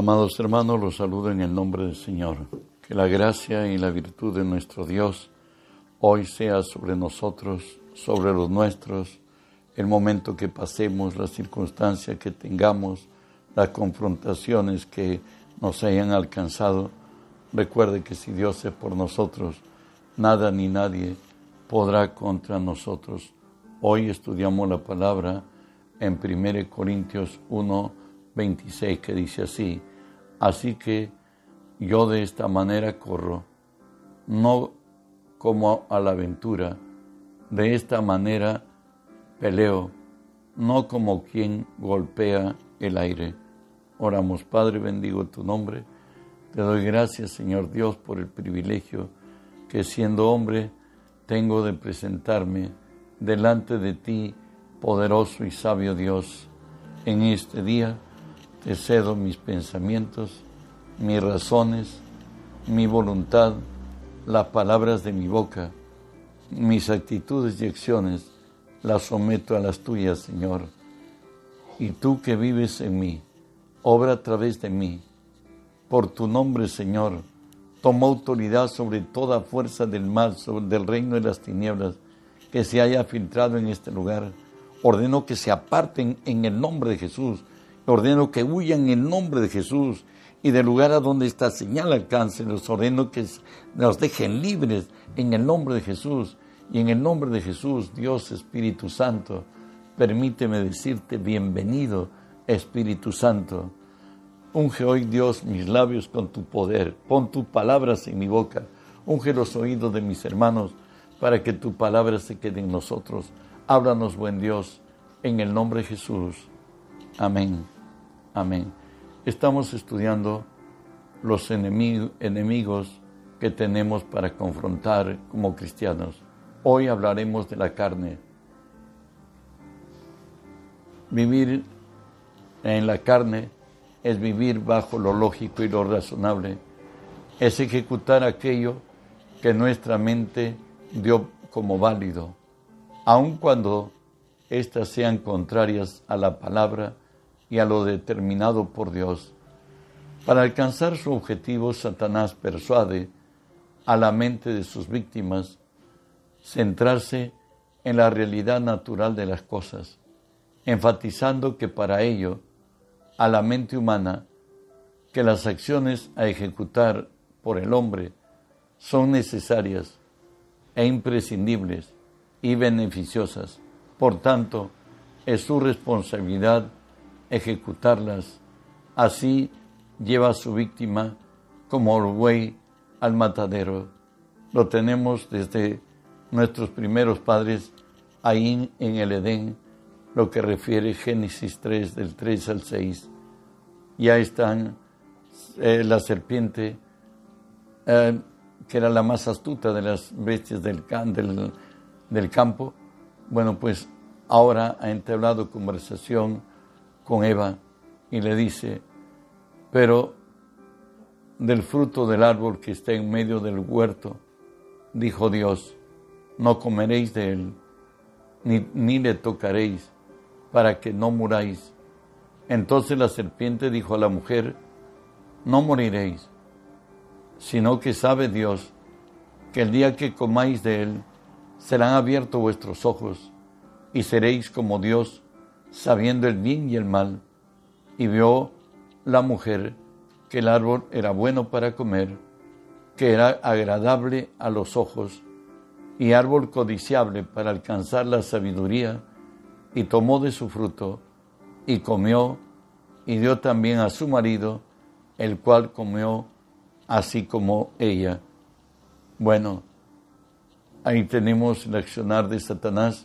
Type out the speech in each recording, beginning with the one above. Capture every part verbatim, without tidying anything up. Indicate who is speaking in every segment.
Speaker 1: Amados hermanos, los saludo en el nombre del Señor. Que la gracia y la virtud de nuestro Dios hoy sea sobre nosotros, sobre los nuestros, el momento que pasemos, las circunstancias que tengamos, las confrontaciones que nos hayan alcanzado. Recuerde que si Dios es por nosotros, nada ni nadie podrá contra nosotros. Hoy estudiamos la palabra en primera Corintios uno, veintiséis, que dice así: así que yo de esta manera corro, no como a la aventura, de esta manera peleo, no como quien golpea el aire. Oramos. Padre, bendigo tu nombre. Te doy gracias, Señor Dios, por el privilegio que siendo hombre tengo de presentarme delante de ti, poderoso y sabio Dios. En este día te cedo mis pensamientos, mis razones, mi voluntad, las palabras de mi boca, mis actitudes y acciones, las someto a las tuyas, Señor. Y tú que vives en mí, obra a través de mí. Por tu nombre, Señor, toma autoridad sobre toda fuerza del mal, sobre del reino de las tinieblas, que se haya filtrado en este lugar. Ordeno que se aparten en el nombre de Jesús. Ordeno que huyan en el nombre de Jesús. Y del lugar a donde esta señal alcance, los ordeno que nos dejen libres en el nombre de Jesús. Y en el nombre de Jesús, Dios Espíritu Santo, permíteme decirte bienvenido, Espíritu Santo. Unge hoy, Dios, mis labios con tu poder. Pon tus palabras en mi boca. Unge los oídos de mis hermanos para que tu palabra se quede en nosotros. Háblanos, buen Dios, en el nombre de Jesús. Amén. Amén. Estamos estudiando los enemigos, enemigos que tenemos para confrontar como cristianos. Hoy hablaremos de la carne. Vivir en la carne es vivir bajo lo lógico y lo razonable. Es ejecutar aquello que nuestra mente dio como válido, aun cuando éstas sean contrarias a la palabra y a lo determinado por Dios. Para alcanzar su objetivo, Satanás persuade a la mente de sus víctimas centrarse en la realidad natural de las cosas, enfatizando que para ello, a la mente humana, que las acciones a ejecutar por el hombre son necesarias e imprescindibles y beneficiosas. Por tanto, es su responsabilidad ejecutarlas. Así lleva a su víctima como el buey al matadero. Lo tenemos desde nuestros primeros padres ahí en el Edén, lo que refiere Génesis tres, del tres al seis. Ya están eh, la serpiente, eh, que era la más astuta de las bestias del, can, del, del campo. Bueno, pues ahora ha entablado conversación con Eva y le dice: pero del fruto del árbol que está en medio del huerto, dijo Dios, no comeréis de él, ni, ni le tocaréis, para que no muráis. Entonces la serpiente dijo a la mujer: no moriréis, sino que sabe Dios que el día que comáis de él, serán abiertos vuestros ojos, y seréis como Dios, sabiendo el bien y el mal. Y vio la mujer que el árbol era bueno para comer, que era agradable a los ojos, y árbol codiciable para alcanzar la sabiduría, y tomó de su fruto, y comió, y dio también a su marido, el cual comió así como ella. Bueno, ahí tenemos el accionar de Satanás.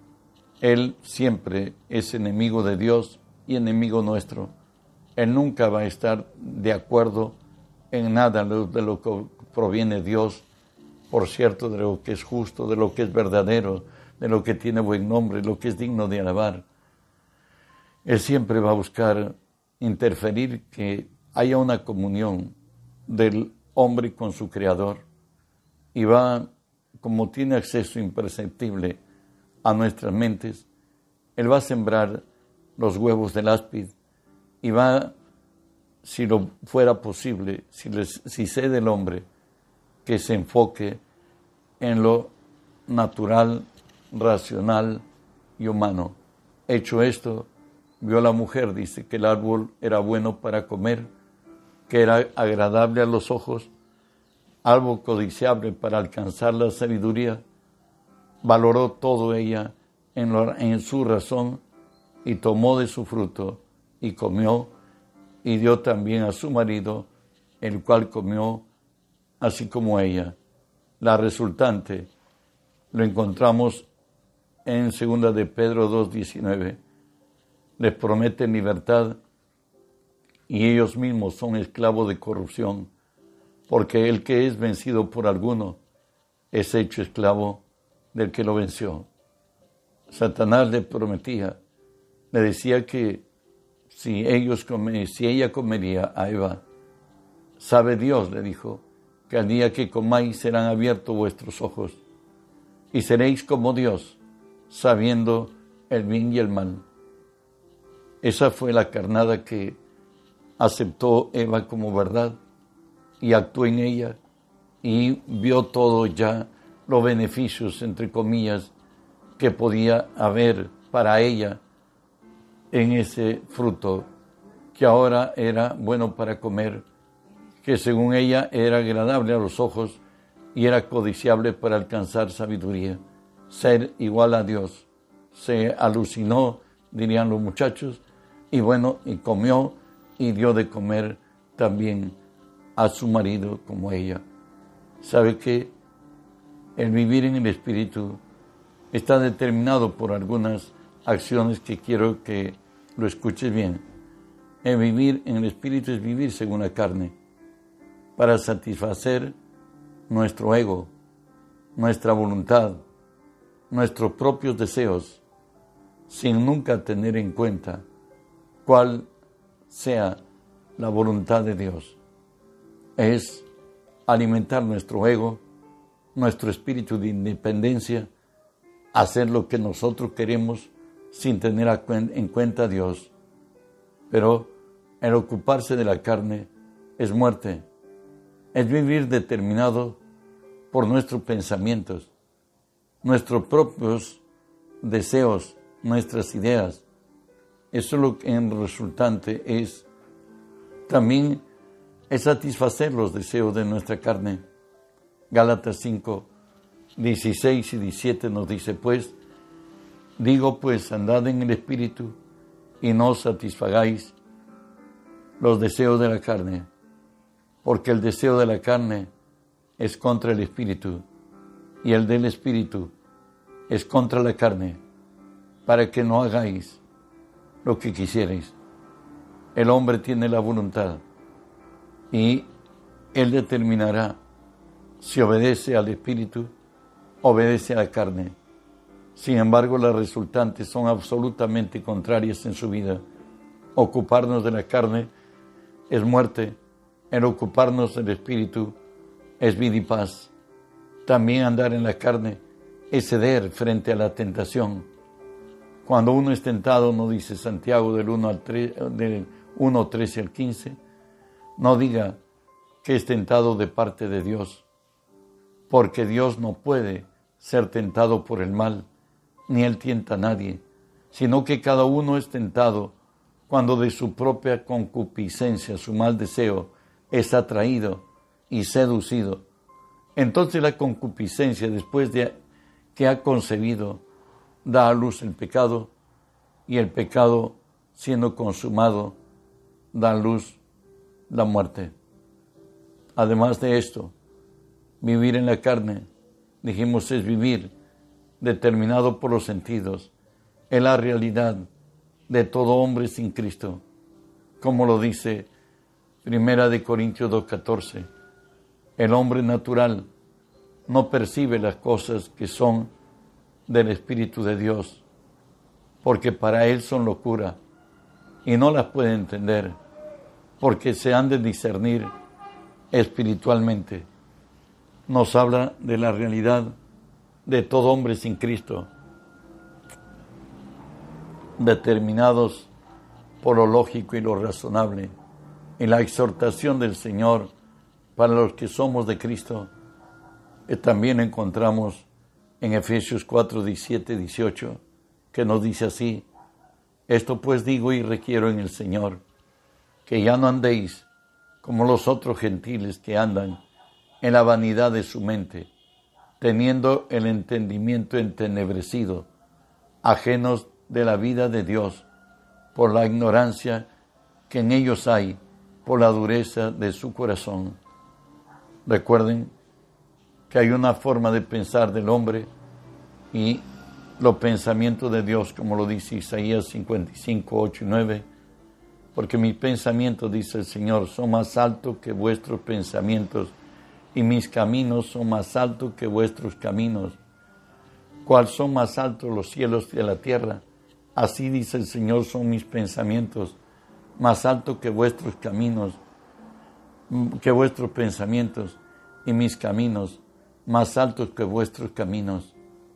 Speaker 1: Él siempre es enemigo de Dios y enemigo nuestro. Él nunca va a estar de acuerdo en nada de lo que proviene de Dios, por cierto, de lo que es justo, de lo que es verdadero, de lo que tiene buen nombre, lo que es digno de alabar. Él siempre va a buscar interferir que haya una comunión del hombre con su Creador, y va, como tiene acceso imperceptible a nuestras mentes, Él va a sembrar los huevos del áspid y va si lo fuera posible, si, les, si sé del hombre que se enfoque en lo natural, racional y humano. Hecho esto, vio a la mujer, dice que el árbol era bueno para comer, que era agradable a los ojos, algo codiciable para alcanzar la sabiduría. Valoró todo ella en, lo, en su razón y tomó de su fruto y comió y dio también a su marido, el cual comió así como ella. La resultante lo encontramos en segunda de Pedro dos diecinueve. Les prometen libertad y ellos mismos son esclavos de corrupción, porque el que es vencido por alguno es hecho esclavo del que lo venció. Satanás le prometía, le decía que si, ellos come, si ella comería a Eva, sabe Dios, le dijo, que al día que comáis serán abiertos vuestros ojos y seréis como Dios, sabiendo el bien y el mal. Esa fue la carnada que aceptó Eva como verdad y actuó en ella y vio todo ya, los beneficios, entre comillas, que podía haber para ella en ese fruto, que ahora era bueno para comer, que según ella era agradable a los ojos y era codiciable para alcanzar sabiduría, ser igual a Dios. Se alucinó, dirían los muchachos, y bueno, y comió y dio de comer también a su marido como ella. ¿Sabe que el vivir en el Espíritu está determinado por algunas acciones que quiero que lo escuches bien? El vivir en el Espíritu es vivir según la carne, para satisfacer nuestro ego, nuestra voluntad, nuestros propios deseos, sin nunca tener en cuenta cuál sea la voluntad de Dios. Es alimentar nuestro ego, nuestro espíritu de independencia, hacer lo que nosotros queremos sin tener en cuenta a Dios. Pero el ocuparse de la carne es muerte, es vivir determinado por nuestros pensamientos, nuestros propios deseos, nuestras ideas. Eso es lo que en resultante es también es satisfacer los deseos de nuestra carne. Gálatas cinco, dieciséis y diecisiete nos dice, pues, digo pues, andad en el Espíritu y no satisfagáis los deseos de la carne, porque el deseo de la carne es contra el Espíritu y el del Espíritu es contra la carne, para que no hagáis lo que quisierais. El hombre tiene la voluntad y él determinará si obedece al Espíritu, obedece a la carne. Sin embargo, las resultantes son absolutamente contrarias en su vida. Ocuparnos de la carne es muerte, el ocuparnos del Espíritu es vida y paz. También andar en la carne es ceder frente a la tentación. Cuando uno es tentado, no dice Santiago del uno al tres, del uno, trece al quince, no diga que es tentado de parte de Dios, porque Dios no puede ser tentado por el mal, ni Él tienta a nadie, sino que cada uno es tentado cuando de su propia concupiscencia, su mal deseo, es atraído y seducido. Entonces la concupiscencia, después de que ha concebido, da a luz el pecado, y el pecado, siendo consumado, da a luz la muerte. Además de esto, vivir en la carne, dijimos, es vivir determinado por los sentidos, es la realidad de todo hombre sin Cristo, como lo dice Primera de Corintios dos catorce. El hombre natural no percibe las cosas que son del Espíritu de Dios, porque para él son locura, y no las puede entender, porque se han de discernir espiritualmente. Nos habla de la realidad de todo hombre sin Cristo, determinados por lo lógico y lo razonable, Y la exhortación del Señor para los que somos de Cristo, que también encontramos en Efesios cuatro, diecisiete, dieciocho, que nos dice así: esto pues digo y requiero en el Señor, que ya no andéis como los otros gentiles que andan en la vanidad de su mente, teniendo el entendimiento entenebrecido, ajenos de la vida de Dios, por la ignorancia que en ellos hay, por la dureza de su corazón. Recuerden que hay una forma de pensar del hombre y los pensamientos de Dios, como lo dice Isaías cincuenta y cinco, ocho y nueve, porque mis pensamientos, dice el Señor, son más altos que vuestros pensamientos, y mis caminos son más altos que vuestros caminos. ¿Cuál son más altos los cielos de la tierra? Así dice el Señor, son mis pensamientos, más altos que vuestros caminos, que vuestros pensamientos, y mis caminos, más altos que vuestros caminos.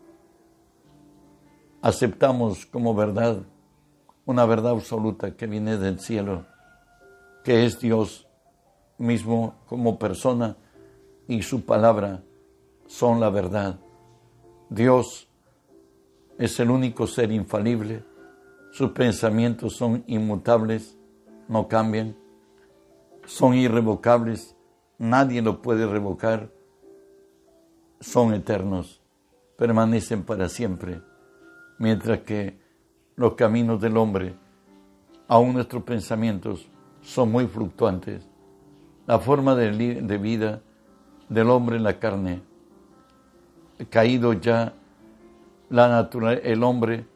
Speaker 1: Aceptamos como verdad, una verdad absoluta que viene del cielo, que es Dios mismo como persona, y su palabra son la verdad. Dios es el único ser infalible, sus pensamientos son inmutables, no cambian, son irrevocables, nadie lo puede revocar, son eternos, permanecen para siempre, mientras que los caminos del hombre, aún nuestros pensamientos, son muy fluctuantes. La forma de, de vida del hombre en la carne, caído ya, la natural, el hombre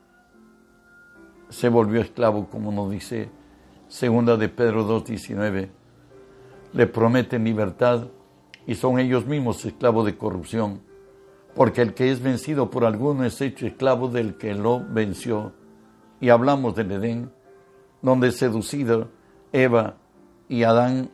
Speaker 1: se volvió esclavo, como nos dice segunda de Pedro dos, diecinueve. Le prometen libertad y son ellos mismos esclavos de corrupción, porque el que es vencido por alguno es hecho esclavo del que lo venció. Y hablamos del Edén, donde seducido Eva y Adán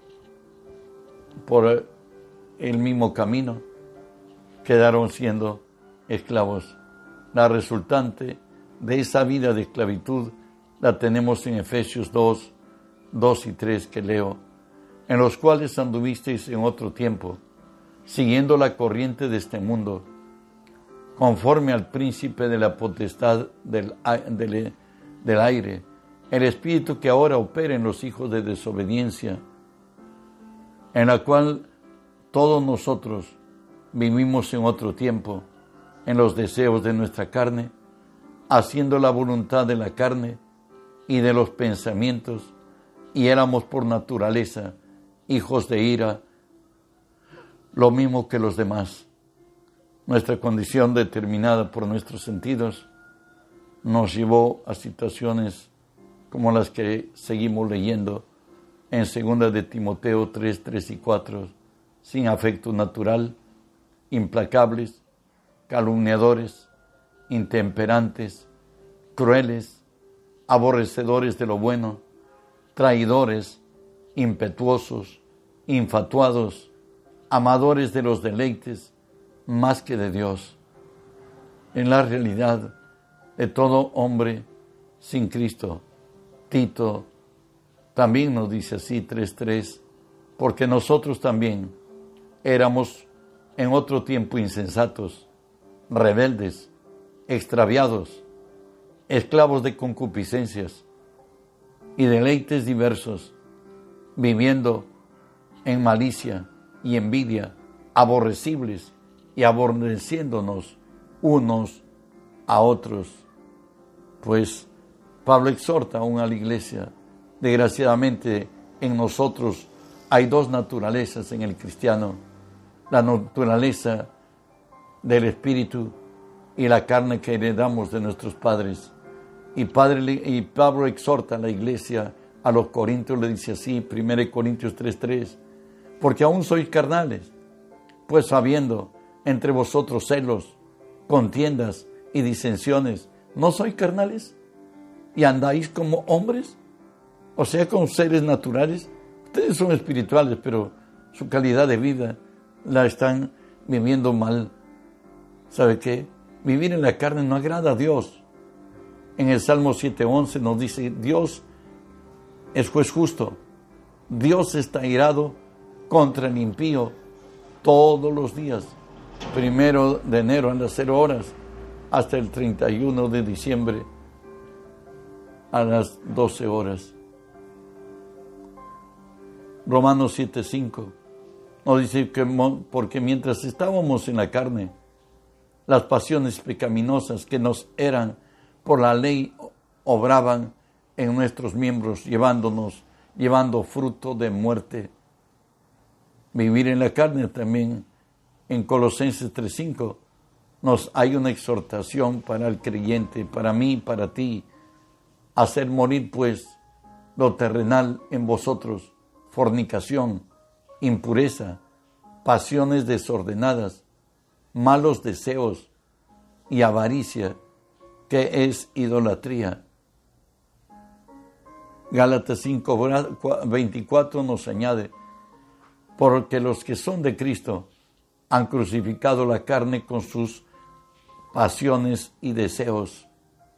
Speaker 1: por el mismo camino, quedaron siendo esclavos. La resultante de esa vida de esclavitud la tenemos en Efesios dos, dos y tres que leo, en los cuales anduvisteis en otro tiempo, siguiendo la corriente de este mundo, conforme al príncipe de la potestad del, del, del aire, el espíritu que ahora opera en los hijos de desobediencia, en la cual todos nosotros vivimos en otro tiempo, en los deseos de nuestra carne, haciendo la voluntad de la carne y de los pensamientos, y éramos por naturaleza hijos de ira, lo mismo que los demás. Nuestra condición determinada por nuestros sentidos nos llevó a situaciones como las que seguimos leyendo en segunda de Timoteo tres, tres y cuatro, sin afecto natural, implacables, calumniadores, intemperantes, crueles, aborrecedores de lo bueno, traidores, impetuosos, infatuados, amadores de los deleites más que de Dios. En la realidad de todo hombre sin Cristo, Tito también nos dice así, tres tres, porque nosotros también éramos en otro tiempo insensatos, rebeldes, extraviados, esclavos de concupiscencias y deleites diversos, viviendo en malicia y envidia, aborrecibles y aborreciéndonos unos a otros. Pues Pablo exhorta aún a la iglesia, desgraciadamente en nosotros hay dos naturalezas en el cristiano, la naturaleza del espíritu y la carne que heredamos de nuestros padres. Y, padre, y Pablo exhorta a la iglesia, a los corintios le dice así, primera Corintios tres tres, porque aún sois carnales, pues habiendo entre vosotros celos, contiendas y disensiones, ¿no sois carnales? ¿Y andáis como hombres? O sea, como seres naturales. Ustedes son espirituales, pero su calidad de vida la están viviendo mal. ¿Sabe qué? Vivir en la carne no agrada a Dios. En el Salmo siete once nos dice, Dios es juez justo Dios está irado contra el impío todos los días, primero de enero a las cero horas hasta el treinta y uno de diciembre a las doce horas. Romanos siete cinco nos dice que porque mientras estábamos en la carne, las pasiones pecaminosas que nos eran por la ley obraban en nuestros miembros, llevándonos, llevando fruto de muerte. Vivir en la carne también, en Colosenses tres cinco, nos hay una exhortación para el creyente, para mí, para ti, hacer morir pues lo terrenal en vosotros, fornicación, impureza, pasiones desordenadas, malos deseos y avaricia, que es idolatría. Gálatas cinco veinticuatro nos añade, porque los que son de Cristo han crucificado la carne con sus pasiones y deseos.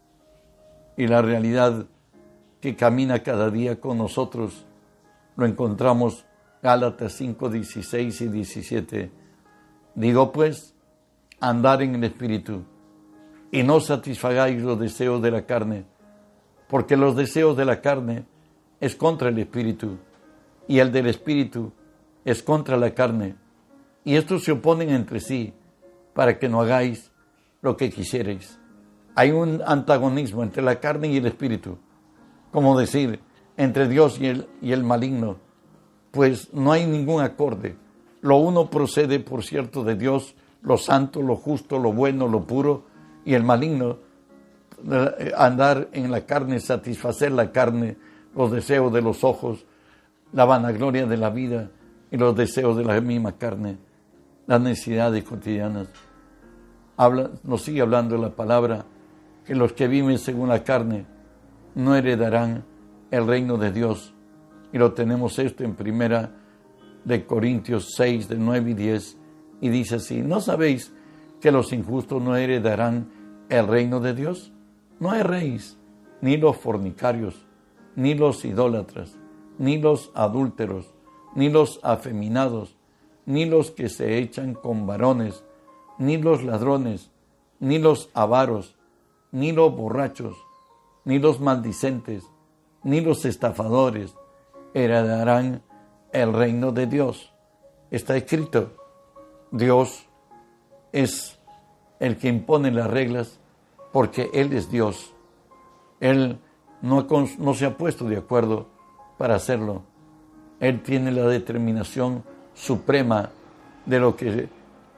Speaker 1: Y la realidad que camina cada día con nosotros lo encontramos Gálatas cinco dieciséis y diecisiete. Digo pues, andar en el Espíritu, y no satisfagáis los deseos de la carne, porque los deseos de la carne es contra el Espíritu, y el del Espíritu es contra la carne, y estos se oponen entre sí, para que no hagáis lo que quisierais. Hay un antagonismo entre la carne y el Espíritu, como decir, entre Dios y el, y el maligno, pues no hay ningún acorde. Lo uno procede, por cierto, de Dios, lo santo, lo justo, lo bueno, lo puro, y el maligno, andar en la carne, satisfacer la carne, los deseos de los ojos, la vanagloria de la vida y los deseos de la misma carne, las necesidades cotidianas. Habla, nos sigue hablando la palabra, que los que viven según la carne no heredarán el reino de Dios. Y lo tenemos esto en primera de Corintios seis, de nueve y diez, y dice así, ¿no sabéis que los injustos no heredarán el reino de Dios? No erréis, ni los fornicarios, ni los idólatras, ni los adúlteros, ni los afeminados, ni los que se echan con varones, ni los ladrones, ni los avaros, ni los borrachos, ni los maldicentes, ni los estafadores heredarán el reino de Dios. Está escrito, Dios es el que impone las reglas porque Él es Dios. Él no, no se ha puesto de acuerdo para hacerlo. Él tiene la determinación suprema de lo que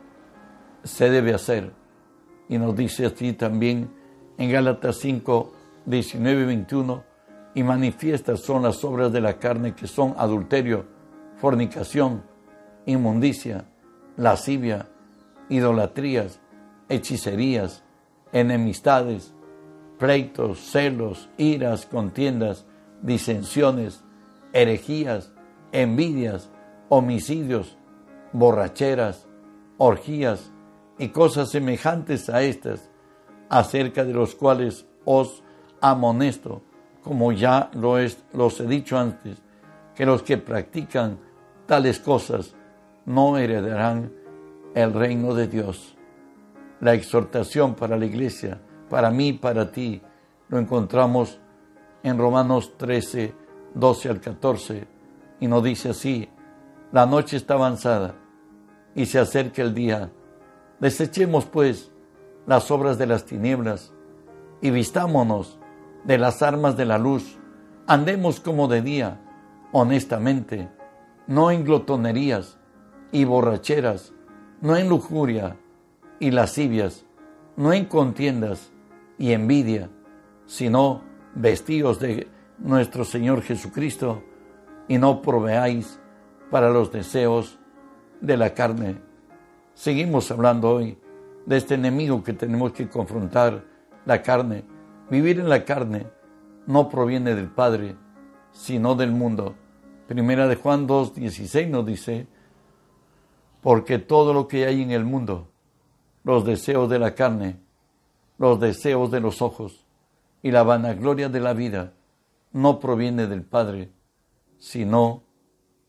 Speaker 1: se debe hacer. Y nos dice así también en Gálatas cinco, diecinueve y veintiuno, y manifiestas son las obras de la carne, que son adulterio, fornicación, inmundicia, lascivia, idolatrías, hechicerías, enemistades, pleitos, celos, iras, contiendas, disensiones, herejías, envidias, homicidios, borracheras, orgías y cosas semejantes a estas, acerca de los cuales os amonesto, como ya lo es, los he dicho antes, que los que practican tales cosas no heredarán el reino de Dios. La exhortación para la iglesia, para mí, para ti, lo encontramos en Romanos trece, doce al catorce, y nos dice así, la noche está avanzada y se acerca el día. Desechemos pues las obras de las tinieblas y vistámonos de las armas de la luz. Andemos como de día, honestamente, no en glotonerías y borracheras, no en lujuria y lascivias, no en contiendas y envidia, sino vestidos de nuestro Señor Jesucristo, y no proveáis para los deseos de la carne. Seguimos hablando hoy de este enemigo que tenemos que confrontar, la carne. Vivir en la carne no proviene del Padre, sino del mundo. Primera de Juan dos, dieciséis nos dice, porque todo lo que hay en el mundo, los deseos de la carne, los deseos de los ojos y la vanagloria de la vida, no proviene del Padre, sino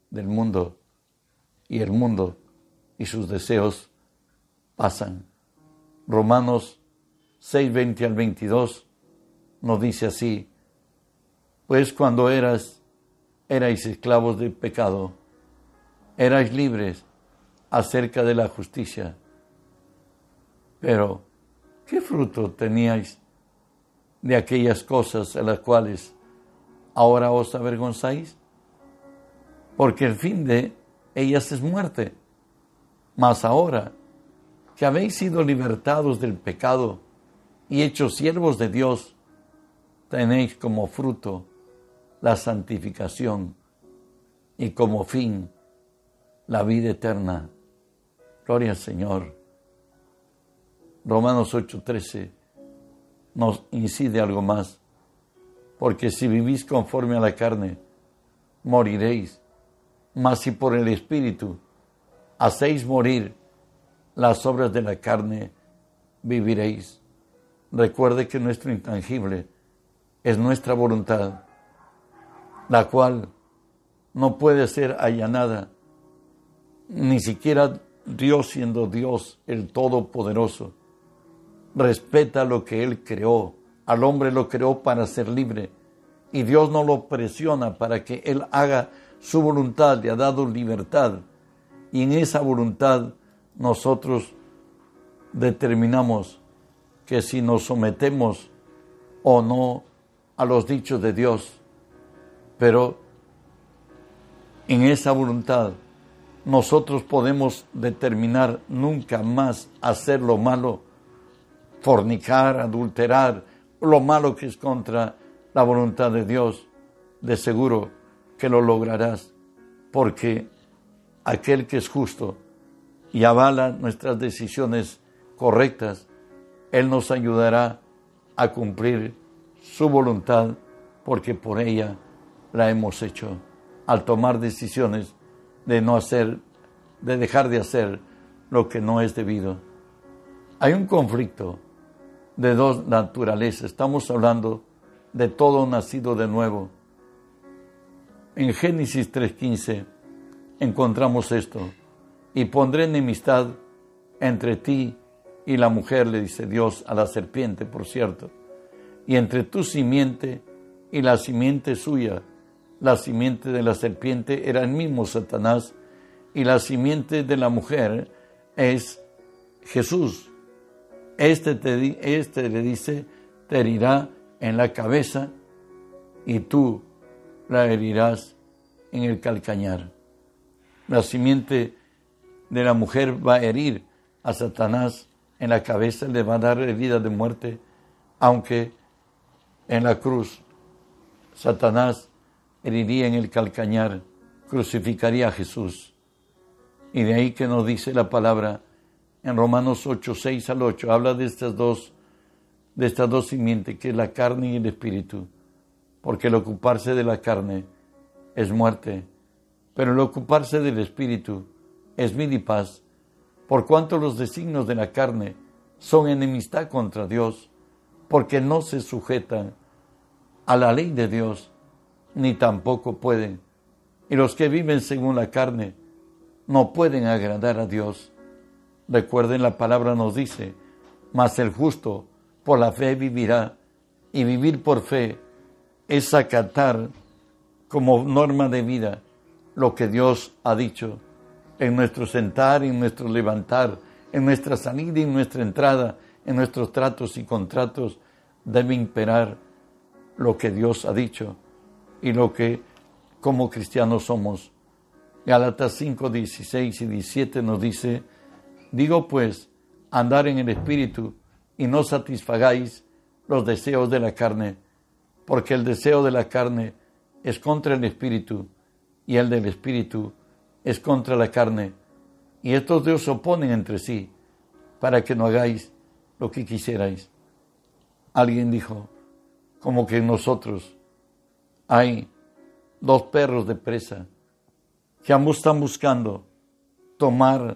Speaker 1: del mundo, y el mundo y sus deseos pasan. Romanos seis, veinte al veintidós nos dice así: pues cuando eras, erais esclavos del pecado, erais libres acerca de la justicia. Pero, ¿qué fruto teníais de aquellas cosas a las cuales ahora os avergonzáis? Porque el fin de ellas es muerte. Mas ahora que habéis sido libertados del pecado y hechos siervos de Dios, tenéis como fruto la santificación y como fin la vida eterna. Gloria al Señor. Romanos ocho trece nos incide algo más. Porque si vivís conforme a la carne, moriréis. Mas si por el Espíritu hacéis morir las obras de la carne, viviréis. Recuerde que nuestro intangible es nuestra voluntad, la cual no puede ser allanada, ni siquiera Dios, siendo Dios el Todopoderoso, respeta lo que Él creó. Al hombre lo creó para ser libre, y Dios no lo presiona para que Él haga su voluntad. Le ha dado libertad, y en esa voluntad nosotros determinamos que si nos sometemos o no a los dichos de Dios. Pero en esa voluntad nosotros podemos determinar nunca más hacer lo malo, fornicar, adulterar, lo malo que es contra la voluntad de Dios. De seguro que lo lograrás, porque aquel que es justo y avala nuestras decisiones correctas, Él nos ayudará a cumplir su voluntad, porque por ella la hemos hecho, al tomar decisiones de no hacer, de dejar de hacer lo que no es debido. Hay un conflicto de dos naturalezas. Estamos hablando de todo nacido de nuevo. En Génesis tres quince encontramos esto: y pondré enemistad entre ti y la mujer, le dice Dios a la serpiente, por cierto, y entre tu simiente y la simiente suya. La simiente de la serpiente era el mismo Satanás, y la simiente de la mujer es Jesús. Este, te, este le dice, te herirá en la cabeza y tú la herirás en el calcañar. La simiente de la mujer va a herir a Satanás en la cabeza, le va a dar herida de muerte, aunque en la cruz Satanás heriría en el calcañar, crucificaría a Jesús. Y de ahí que nos dice la palabra en Romanos ocho, seis al ocho, habla de estas dos, de estas dos simientes, que es la carne y el espíritu, porque el ocuparse de la carne es muerte, pero el ocuparse del espíritu es vida y paz, por cuanto los designios de la carne son enemistad contra Dios, porque no se sujetan a la ley de Dios, ni tampoco pueden. Y los que viven según la carne no pueden agradar a Dios. Recuerden, la palabra nos dice, mas el justo por la fe vivirá, y vivir por fe es acatar como norma de vida lo que Dios ha dicho. En nuestro sentar, en nuestro levantar, en nuestra salida y en nuestra entrada, en nuestros tratos y contratos, debe imperar lo que Dios ha dicho y lo que como cristianos somos. Gálatas cinco, dieciséis y diecisiete nos dice, digo pues, andar en el Espíritu y no satisfagáis los deseos de la carne, porque el deseo de la carne es contra el Espíritu y el del Espíritu es contra la carne, y estos dos se oponen entre sí, para que no hagáis lo que quisierais. Alguien dijo, como que en nosotros hay dos perros de presa que ambos están buscando tomar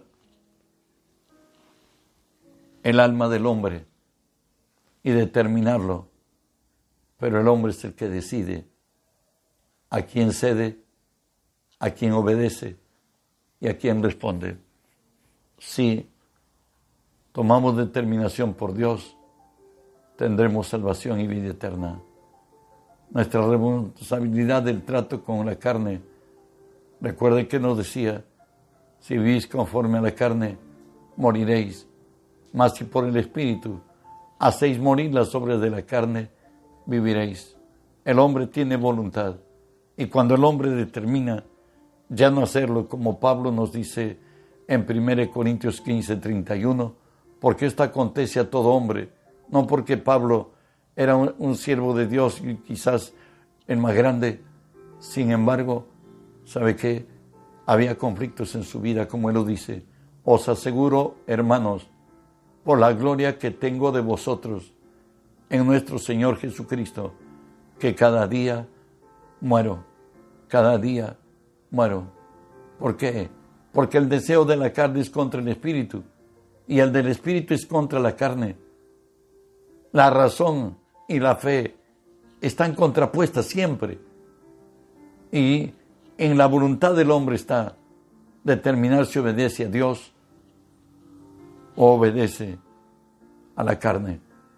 Speaker 1: el alma del hombre y determinarlo, pero el hombre es el que decide a quién cede, a quien obedece y a quien responde. Si tomamos determinación por Dios, tendremos salvación y vida eterna. Nuestra responsabilidad del trato con la carne, recuerden que nos decía, si vivís conforme a la carne, moriréis, mas si por el Espíritu hacéis morir las obras de la carne, viviréis. El hombre tiene voluntad, y cuando el hombre determina ya no hacerlo, como Pablo nos dice en primera Corintios quince, treinta y uno, porque esto acontece a todo hombre, no porque Pablo era un, un siervo de Dios y quizás el más grande, sin embargo, ¿sabe qué? Había conflictos en su vida, como él lo dice. Os aseguro, hermanos, por la gloria que tengo de vosotros en nuestro Señor Jesucristo, que cada día muero, cada día muero. ¿Por qué? Porque el deseo de la carne es contra el Espíritu y el del Espíritu es contra la carne. La razón y la fe están contrapuestas siempre. Y en la voluntad del hombre está determinar si obedece a Dios o obedece a la carne.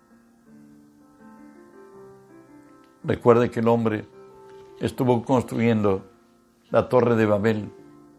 Speaker 1: Recuerde que el hombre estuvo construyendo la torre de Babel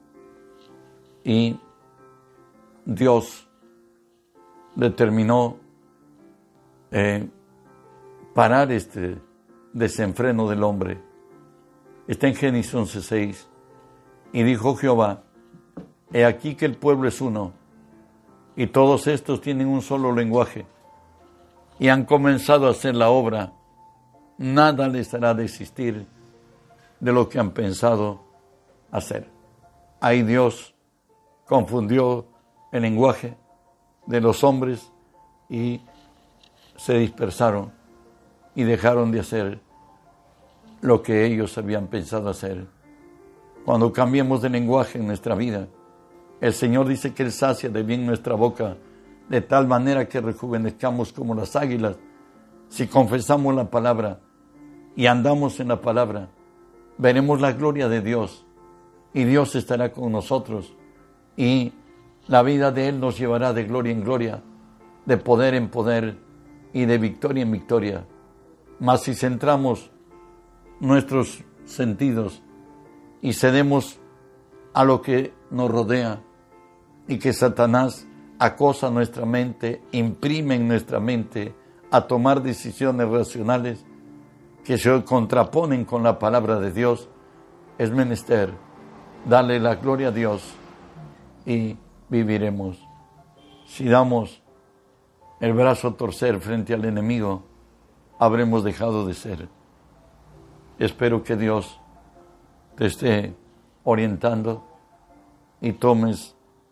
Speaker 1: y Dios determinó eh, parar este desenfreno del hombre. Está en Génesis once seis. Y dijo Jehová, he aquí que el pueblo es uno, y todos estos tienen un solo lenguaje, y han comenzado a hacer la obra. Nada les hará desistir de lo que han pensado hacer. Ahí Dios confundió el lenguaje de los hombres y se dispersaron y dejaron de hacer lo que ellos habían pensado hacer. Cuando cambiemos de lenguaje en nuestra vida, el Señor dice que Él sacia de bien nuestra boca, de tal manera que rejuvenezcamos como las águilas. Si confesamos la palabra y andamos en la palabra, veremos la gloria de Dios y Dios estará con nosotros y la vida de Él nos llevará de gloria en gloria, de poder en poder y de victoria en victoria. Mas si centramos nuestros sentidos y cedemos a lo que nos rodea y que Satanás acosa nuestra mente, imprime en nuestra mente a tomar decisiones racionales que se contraponen con la palabra de Dios, es menester darle la gloria a Dios y viviremos. Si damos el brazo a torcer frente al enemigo, habremos dejado de ser. Espero que Dios te esté orientando y tomes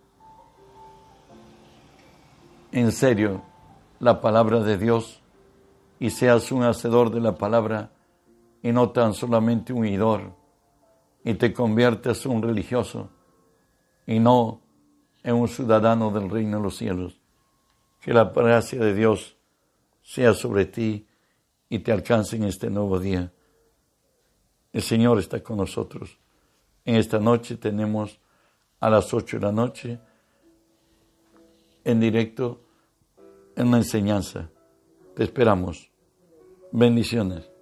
Speaker 1: en serio la palabra de Dios y seas un hacedor de la palabra y no tan solamente un oidor, y te conviertas en un religioso y no en un ciudadano del reino de los cielos. Que la gracia de Dios sea sobre ti y te alcance en este nuevo día. El Señor está con nosotros. En esta noche tenemos a las ocho de la noche en directo en la enseñanza. Te esperamos. Bendiciones.